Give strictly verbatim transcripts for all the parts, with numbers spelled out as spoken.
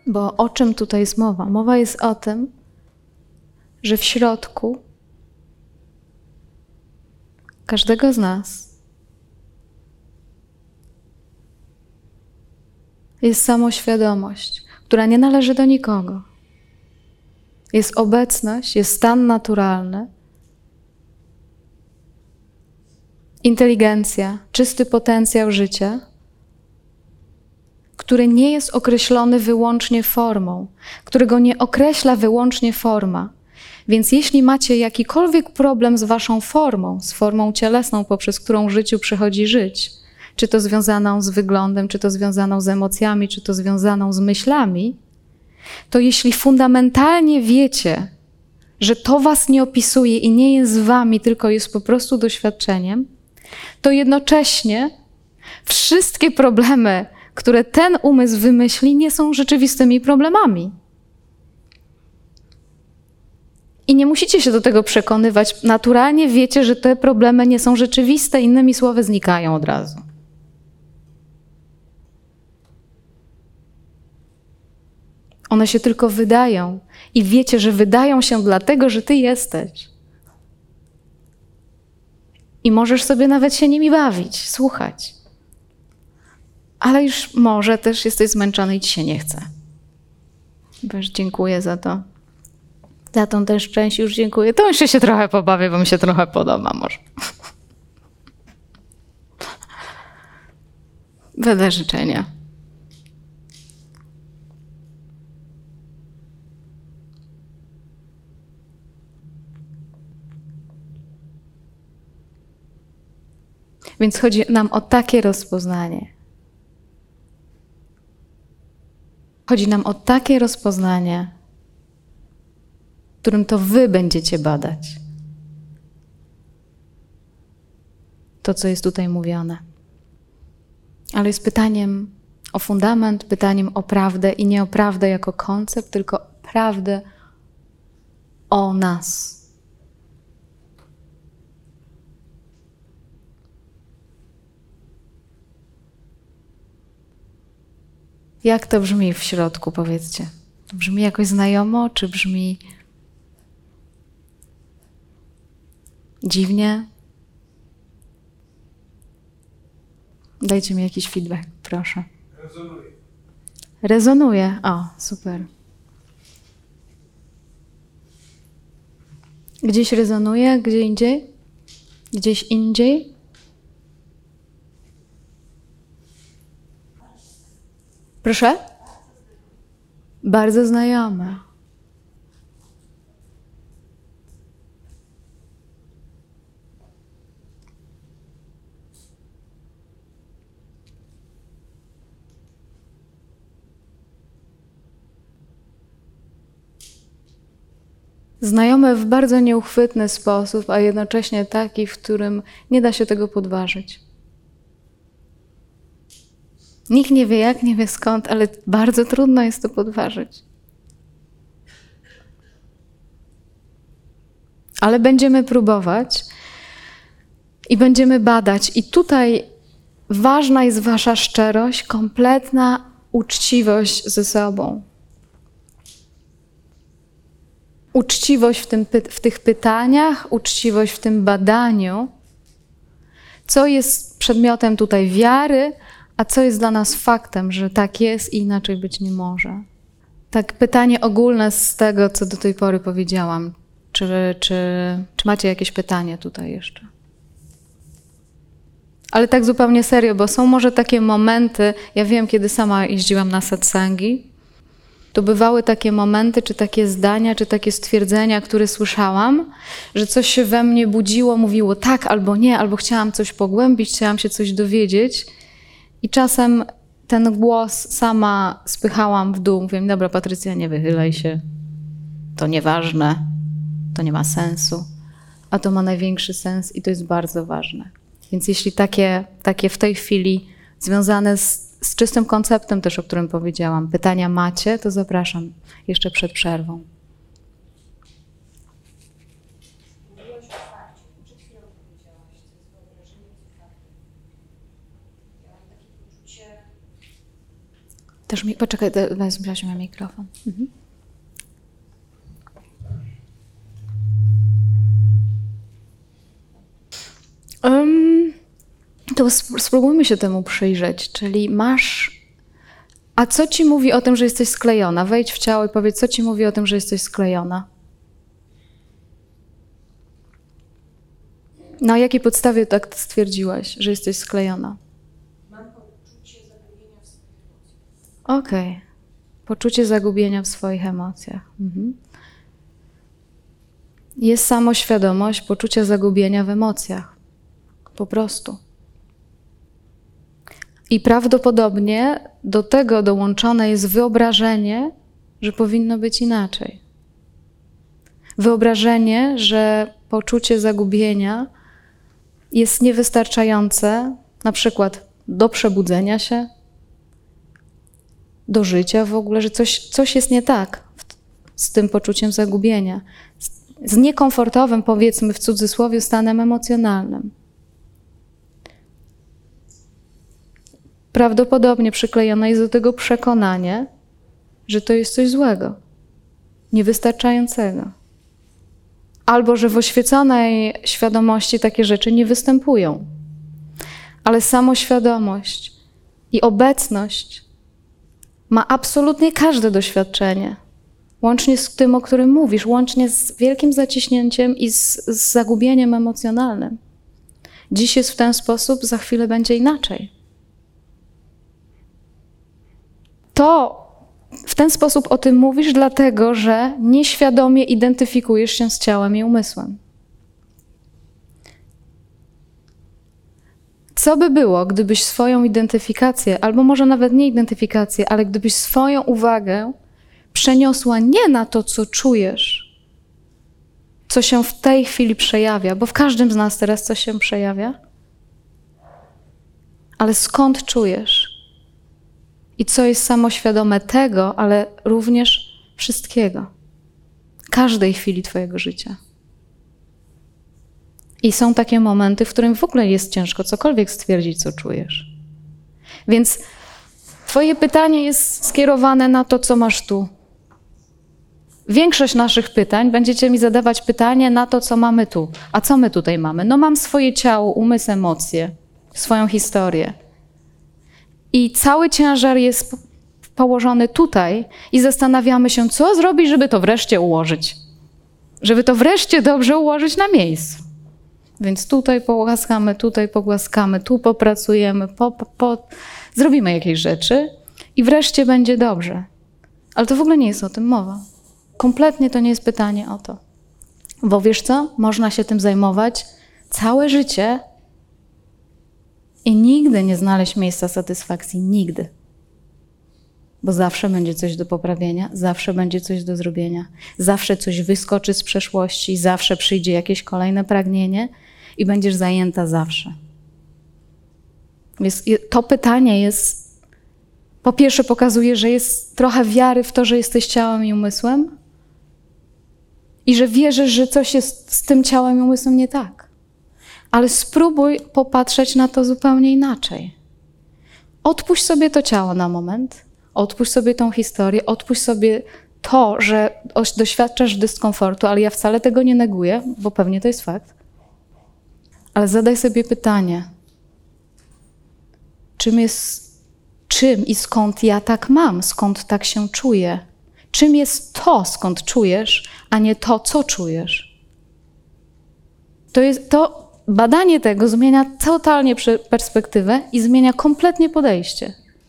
Bo o czym tutaj jest mowa? Mowa jest o tym, że w środku każdego z nas jest samoświadomość, która nie należy do nikogo. Jest obecność, jest stan naturalny, inteligencja, czysty potencjał życia, który nie jest określony wyłącznie formą, którego nie określa wyłącznie forma. Więc jeśli macie jakikolwiek problem z waszą formą, z formą cielesną, poprzez którą w życiu przychodzi żyć, czy to związaną z wyglądem, czy to związaną z emocjami, czy to związaną z myślami, to jeśli fundamentalnie wiecie, że to was nie opisuje i nie jest wami, tylko jest po prostu doświadczeniem, to jednocześnie wszystkie problemy, które ten umysł wymyśli, nie są rzeczywistymi problemami. I nie musicie się do tego przekonywać. Naturalnie wiecie, że te problemy nie są rzeczywiste, innymi słowy znikają od razu. One się tylko wydają i wiecie, że wydają się dlatego, że ty jesteś. I możesz sobie nawet się nimi bawić, słuchać. Ale już może też jesteś zmęczony i ci się nie chce. Wiesz, dziękuję za to. Za tą też część już dziękuję. To jeszcze się trochę pobawię, bo mi się trochę podoba może. Wedle życzenia. Więc chodzi nam o takie rozpoznanie. Chodzi nam o takie rozpoznanie, w którym to wy będziecie badać to, co jest tutaj mówione. Ale jest pytaniem o fundament, pytaniem o prawdę i nie o prawdę jako koncept, tylko prawdę o nas. Jak to brzmi w środku, powiedzcie? To brzmi jakoś znajomo, czy brzmi dziwnie? Dajcie mi jakiś feedback, proszę. Rezonuje. Rezonuje. O, super. Gdzieś rezonuje, gdzie indziej? Gdzieś indziej? Proszę? Bardzo znajome. Znajome w bardzo nieuchwytny sposób, a jednocześnie taki, w którym nie da się tego podważyć. Nikt nie wie jak, nie wie skąd, ale bardzo trudno jest to podważyć. Ale będziemy próbować i będziemy badać. I tutaj ważna jest wasza szczerość, kompletna uczciwość ze sobą. Uczciwość w, tym, w tych pytaniach, uczciwość w tym badaniu, co jest przedmiotem tutaj wiary, a co jest dla nas faktem, że tak jest i inaczej być nie może. Tak pytanie ogólne z tego, co do tej pory powiedziałam. Czy, czy, czy macie jakieś pytanie tutaj jeszcze? Ale tak zupełnie serio, bo są może takie momenty, ja wiem, kiedy sama jeździłam na satsangi, to bywały takie momenty, czy takie zdania, czy takie stwierdzenia, które słyszałam, że coś się we mnie budziło, mówiło tak albo nie, albo chciałam coś pogłębić, chciałam się coś dowiedzieć. I czasem ten głos sama spychałam w dół. Mówię, dobra, Patrycja, nie wychylaj się. To nieważne, to nie ma sensu. A to ma największy sens i to jest bardzo ważne. Więc jeśli takie, takie w tej chwili związane z, z czystym konceptem też, o którym powiedziałam, pytania macie, to zapraszam jeszcze przed przerwą. Też mi... Poczekaj, weźmy mikrofon. Mhm. Um, to spróbujmy się temu przyjrzeć, czyli masz... A co ci mówi o tym, że jesteś sklejona? Wejdź w ciało i powiedz, co ci mówi o tym, że jesteś sklejona? Na jakiej podstawie tak stwierdziłaś, że jesteś sklejona? Mam poczucie zagubienia w swoich emocjach. Okej. Okay. Poczucie zagubienia w swoich emocjach. Mhm. Jest samoświadomość poczucia zagubienia w emocjach. Po prostu. I prawdopodobnie do tego dołączone jest wyobrażenie, że powinno być inaczej. Wyobrażenie, że poczucie zagubienia jest niewystarczające, na przykład do przebudzenia się, do życia w ogóle, że coś, coś jest nie tak z tym poczuciem zagubienia. Z niekomfortowym, powiedzmy w cudzysłowie, stanem emocjonalnym. Prawdopodobnie przyklejone jest do tego przekonanie, że to jest coś złego, niewystarczającego. Albo że w oświeconej świadomości takie rzeczy nie występują. Ale samoświadomość i obecność ma absolutnie każde doświadczenie. Łącznie z tym, o którym mówisz, łącznie z wielkim zaciśnięciem i z, z zagubieniem emocjonalnym. Dziś jest w ten sposób, za chwilę będzie inaczej. To w ten sposób o tym mówisz, dlatego że nieświadomie identyfikujesz się z ciałem i umysłem. Co by było, gdybyś swoją identyfikację, albo może nawet nie identyfikację, ale gdybyś swoją uwagę przeniosła nie na to, co czujesz, co się w tej chwili przejawia, bo w każdym z nas teraz coś się przejawia, ale skąd czujesz i co jest samoświadome tego, ale również wszystkiego, każdej chwili twojego życia. I są takie momenty, w którym w ogóle jest ciężko cokolwiek stwierdzić, co czujesz. Więc twoje pytanie jest skierowane na to, co masz tu. Większość naszych pytań będziecie mi zadawać pytanie na to, co mamy tu. A co my tutaj mamy? No mam swoje ciało, umysł, emocje, swoją historię. I cały ciężar jest położony tutaj i zastanawiamy się, co zrobić, żeby to wreszcie ułożyć. Żeby to wreszcie dobrze ułożyć na miejscu. Więc tutaj pogłaskamy, tutaj pogłaskamy, tu popracujemy, po, po, po, zrobimy jakieś rzeczy i wreszcie będzie dobrze. Ale to w ogóle nie jest o tym mowa. Kompletnie to nie jest pytanie o to. Bo wiesz co? Można się tym zajmować całe życie i nigdy nie znaleźć miejsca satysfakcji. Nigdy. Bo zawsze będzie coś do poprawienia, zawsze będzie coś do zrobienia. Zawsze coś wyskoczy z przeszłości, zawsze przyjdzie jakieś kolejne pragnienie i będziesz zajęta zawsze. Więc to pytanie jest, po pierwsze pokazuje, że jest trochę wiary w to, że jesteś ciałem i umysłem i że wierzysz, że coś jest z tym ciałem i umysłem nie tak. Ale spróbuj popatrzeć na to zupełnie inaczej. Odpuść sobie to ciało na moment, odpuść sobie tą historię, odpuść sobie to, że doświadczasz dyskomfortu, ale ja wcale tego nie neguję, bo pewnie to jest fakt. Ale zadaj sobie pytanie, czym jest, czym i skąd ja tak mam, skąd tak się czuję? Czym jest to, skąd czujesz, a nie to, co czujesz? To jest, to badanie tego zmienia totalnie perspektywę i zmienia kompletnie podejście.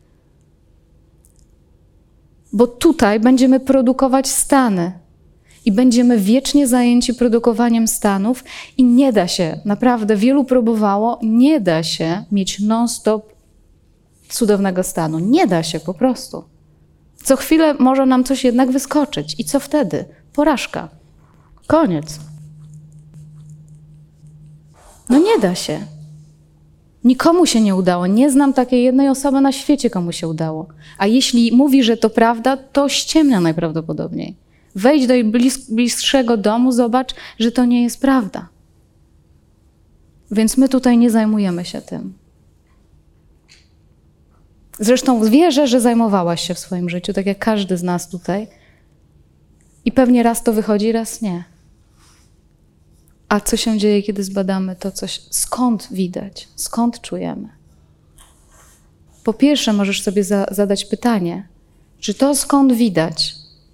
Bo tutaj będziemy produkować stany i będziemy wiecznie zajęci produkowaniem stanów i nie da się, naprawdę wielu próbowało, nie da się mieć non-stop cudownego stanu. Nie da się po prostu. Co chwilę może nam coś jednak wyskoczyć. I co wtedy? Porażka. Koniec. No nie da się. Nikomu się nie udało. Nie znam takiej jednej osoby na świecie, komu się udało. A jeśli mówi, że to prawda, to ściemnia najprawdopodobniej. Wejdź do jej blis- bliższego domu, zobacz, że to nie jest prawda. Więc my tutaj nie zajmujemy się tym. Zresztą wierzę, że zajmowałaś się w swoim życiu, tak jak każdy z nas tutaj. I pewnie raz to wychodzi, raz nie. A co się dzieje, kiedy zbadamy to coś? Skąd widać? Skąd czujemy? Po pierwsze, możesz sobie za, zadać pytanie, czy to skąd widać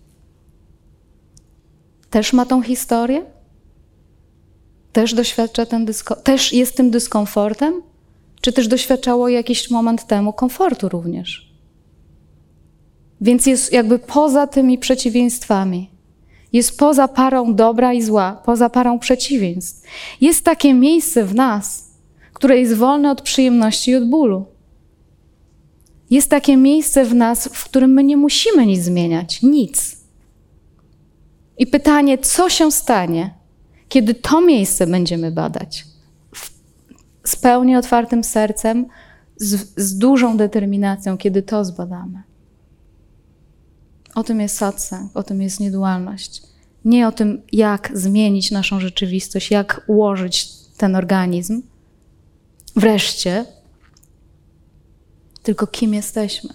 też ma tą historię? Też doświadcza ten dysko- też jest tym dyskomfortem? Czy też doświadczało jakiś moment temu komfortu również? Więc jest jakby poza tymi przeciwieństwami. Jest poza parą dobra i zła, poza parą przeciwieństw. Jest takie miejsce w nas, które jest wolne od przyjemności i od bólu. Jest takie miejsce w nas, w którym my nie musimy nic zmieniać, nic. I pytanie, co się stanie, kiedy to miejsce będziemy badać? Z pełni otwartym sercem, z, z dużą determinacją, kiedy to zbadamy. O tym jest satsang, o tym jest niedualność. Nie o tym, jak zmienić naszą rzeczywistość, jak ułożyć ten organizm. Wreszcie, tylko kim jesteśmy.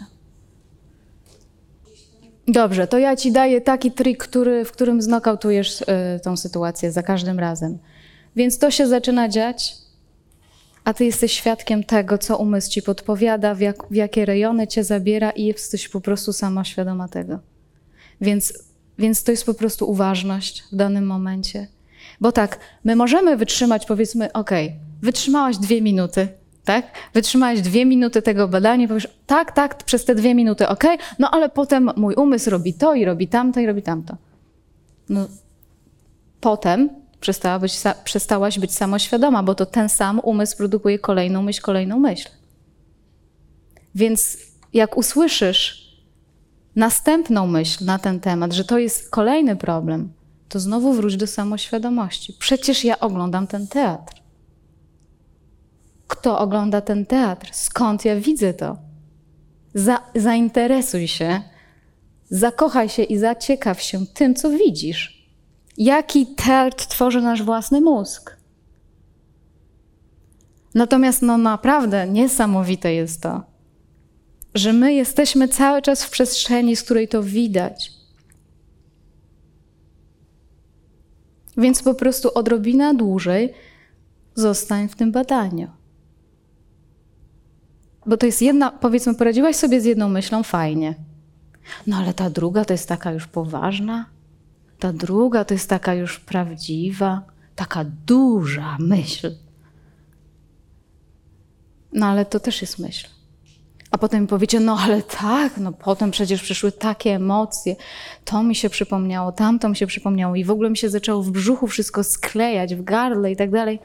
Dobrze, to ja ci daję taki trik, który, w którym znokautujesz y, tą sytuację za każdym razem. Więc to się zaczyna dziać, a ty jesteś świadkiem tego, co umysł ci podpowiada, w, jak, w jakie rejony cię zabiera i jesteś po prostu sama świadoma tego. Więc, więc to jest po prostu uważność w danym momencie. Bo tak, my możemy wytrzymać, powiedzmy, okej, okay, wytrzymałaś dwie minuty, tak? Wytrzymałaś dwie minuty tego badania, powiesz, tak, tak, przez te dwie minuty, okej, okay, no ale potem mój umysł robi to i robi tamto i robi tamto. No, potem przestała być, przestałaś być samoświadoma, bo to ten sam umysł produkuje kolejną myśl, kolejną myśl. Więc jak usłyszysz następną myśl na ten temat, że to jest kolejny problem, to znowu wróć do samoświadomości. Przecież ja oglądam ten teatr. Kto ogląda ten teatr? Skąd ja widzę to? Za, zainteresuj się, zakochaj się i zaciekaw się tym, co widzisz. Jaki teatr tworzy nasz własny mózg? Natomiast no naprawdę niesamowite jest to, że my jesteśmy cały czas w przestrzeni, z której to widać. Więc po prostu odrobina dłużej zostań w tym badaniu. Bo to jest jedna, powiedzmy, poradziłaś sobie z jedną myślą, fajnie. No ale ta druga to jest taka już poważna. Ta druga to jest taka już prawdziwa, taka duża myśl. No ale to też jest myśl. A potem mi powiecie, no ale tak, no potem przecież przyszły takie emocje, to mi się przypomniało, tamto mi się przypomniało i w ogóle mi się zaczęło w brzuchu wszystko sklejać, w gardle i tak dalej.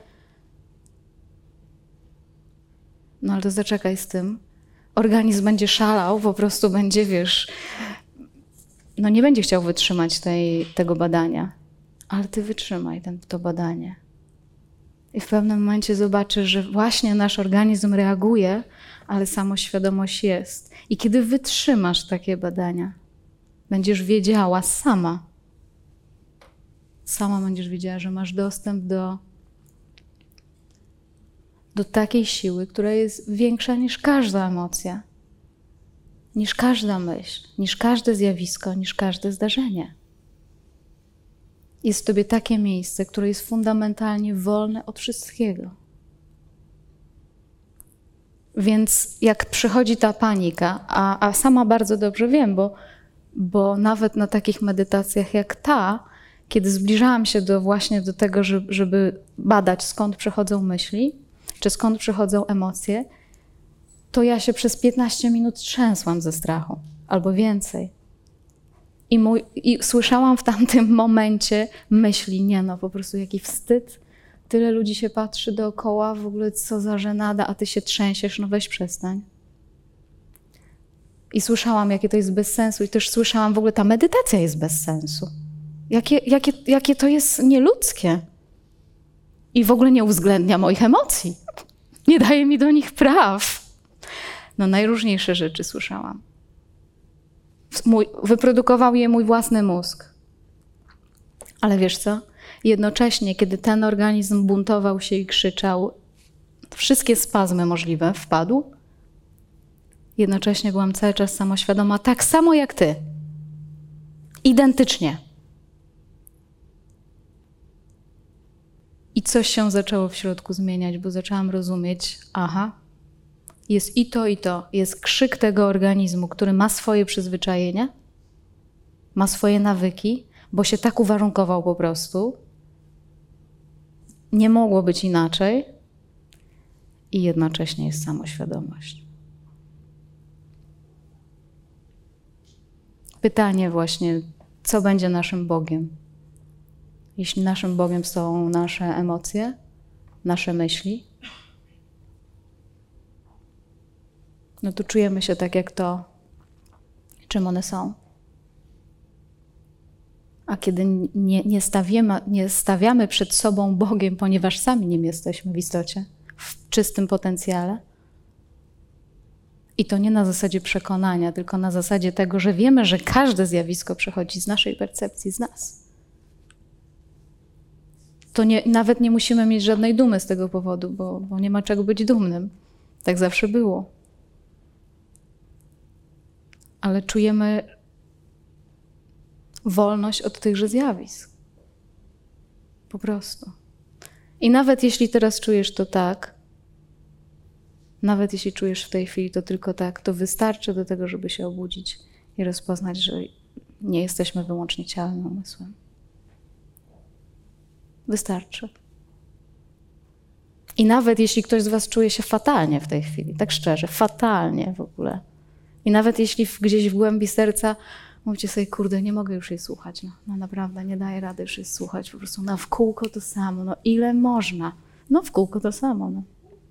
No ale to zaczekaj z tym. Organizm będzie szalał, po prostu będzie, wiesz, no nie będzie chciał wytrzymać tej, tego badania, ale ty wytrzymaj ten, to badanie. I w pewnym momencie zobaczysz, że właśnie nasz organizm reaguje, ale samoświadomość jest. I kiedy wytrzymasz takie badania, będziesz wiedziała sama, sama będziesz wiedziała, że masz dostęp do, do takiej siły, która jest większa niż każda emocja, niż każda myśl, niż każde zjawisko, niż każde zdarzenie. Jest w tobie takie miejsce, które jest fundamentalnie wolne od wszystkiego. Więc jak przychodzi ta panika, a, a sama bardzo dobrze wiem, bo, bo nawet na takich medytacjach jak ta, kiedy zbliżałam się do właśnie do tego, żeby, żeby badać, skąd przychodzą myśli, czy skąd przychodzą emocje, to ja się przez piętnaście minut trzęsłam ze strachu, albo więcej. I, mój, I słyszałam w tamtym momencie myśli, nie no, po prostu jaki wstyd, tyle ludzi się patrzy dookoła, w ogóle co za żenada, a ty się trzęsiesz, no weź przestań. I słyszałam, jakie to jest bez sensu i też słyszałam, w ogóle ta medytacja jest bez sensu. Jakie, jakie, jakie to jest nieludzkie. I w ogóle nie uwzględnia moich emocji. Nie daje mi do nich praw. No najróżniejsze rzeczy słyszałam. Mój, wyprodukował je mój własny mózg. Ale wiesz co? Jednocześnie, kiedy ten organizm buntował się i krzyczał, wszystkie spazmy możliwe wpadł, Jednocześnie byłam cały czas samoświadoma, tak samo jak ty. Identycznie. I coś się zaczęło w środku zmieniać, bo zaczęłam rozumieć, aha, jest i to, i to. Jest krzyk tego organizmu, który ma swoje przyzwyczajenia, ma swoje nawyki, bo się tak uwarunkował po prostu. Nie mogło być inaczej. I jednocześnie jest samoświadomość. Pytanie właśnie, co będzie naszym Bogiem? Jeśli naszym Bogiem są nasze emocje, nasze myśli, no to czujemy się tak jak to, czym one są. A kiedy nie, nie, stawiamy, nie stawiamy przed sobą Bogiem, ponieważ sami nim jesteśmy w istocie, w czystym potencjale, i to nie na zasadzie przekonania, tylko na zasadzie tego, że wiemy, że każde zjawisko przechodzi z naszej percepcji, z nas. To nie, nawet nie musimy mieć żadnej dumy z tego powodu, bo, bo nie ma czego być dumnym. Tak zawsze było. Ale czujemy wolność od tychże zjawisk. Po prostu. I nawet jeśli teraz czujesz to tak, nawet jeśli czujesz w tej chwili to tylko tak, to wystarczy do tego, żeby się obudzić i rozpoznać, że nie jesteśmy wyłącznie ciałem i umysłem. Wystarczy. I nawet jeśli ktoś z was czuje się fatalnie w tej chwili, tak szczerze, fatalnie w ogóle. I nawet jeśli gdzieś w głębi serca mówicie sobie, kurde, nie mogę już jej słuchać, no, no naprawdę, nie daję rady już jej słuchać, po prostu no w kółko to samo, no ile można? No w kółko to samo, no.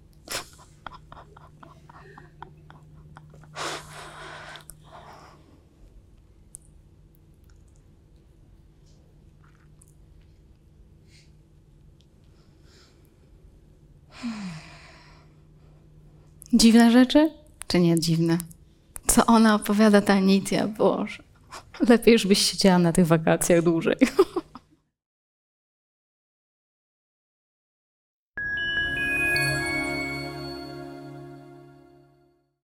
Dziwne rzeczy? Czy nie dziwne? Co ona opowiada, ta Nitya? Boże, lepiej już byś siedziała na tych wakacjach dłużej.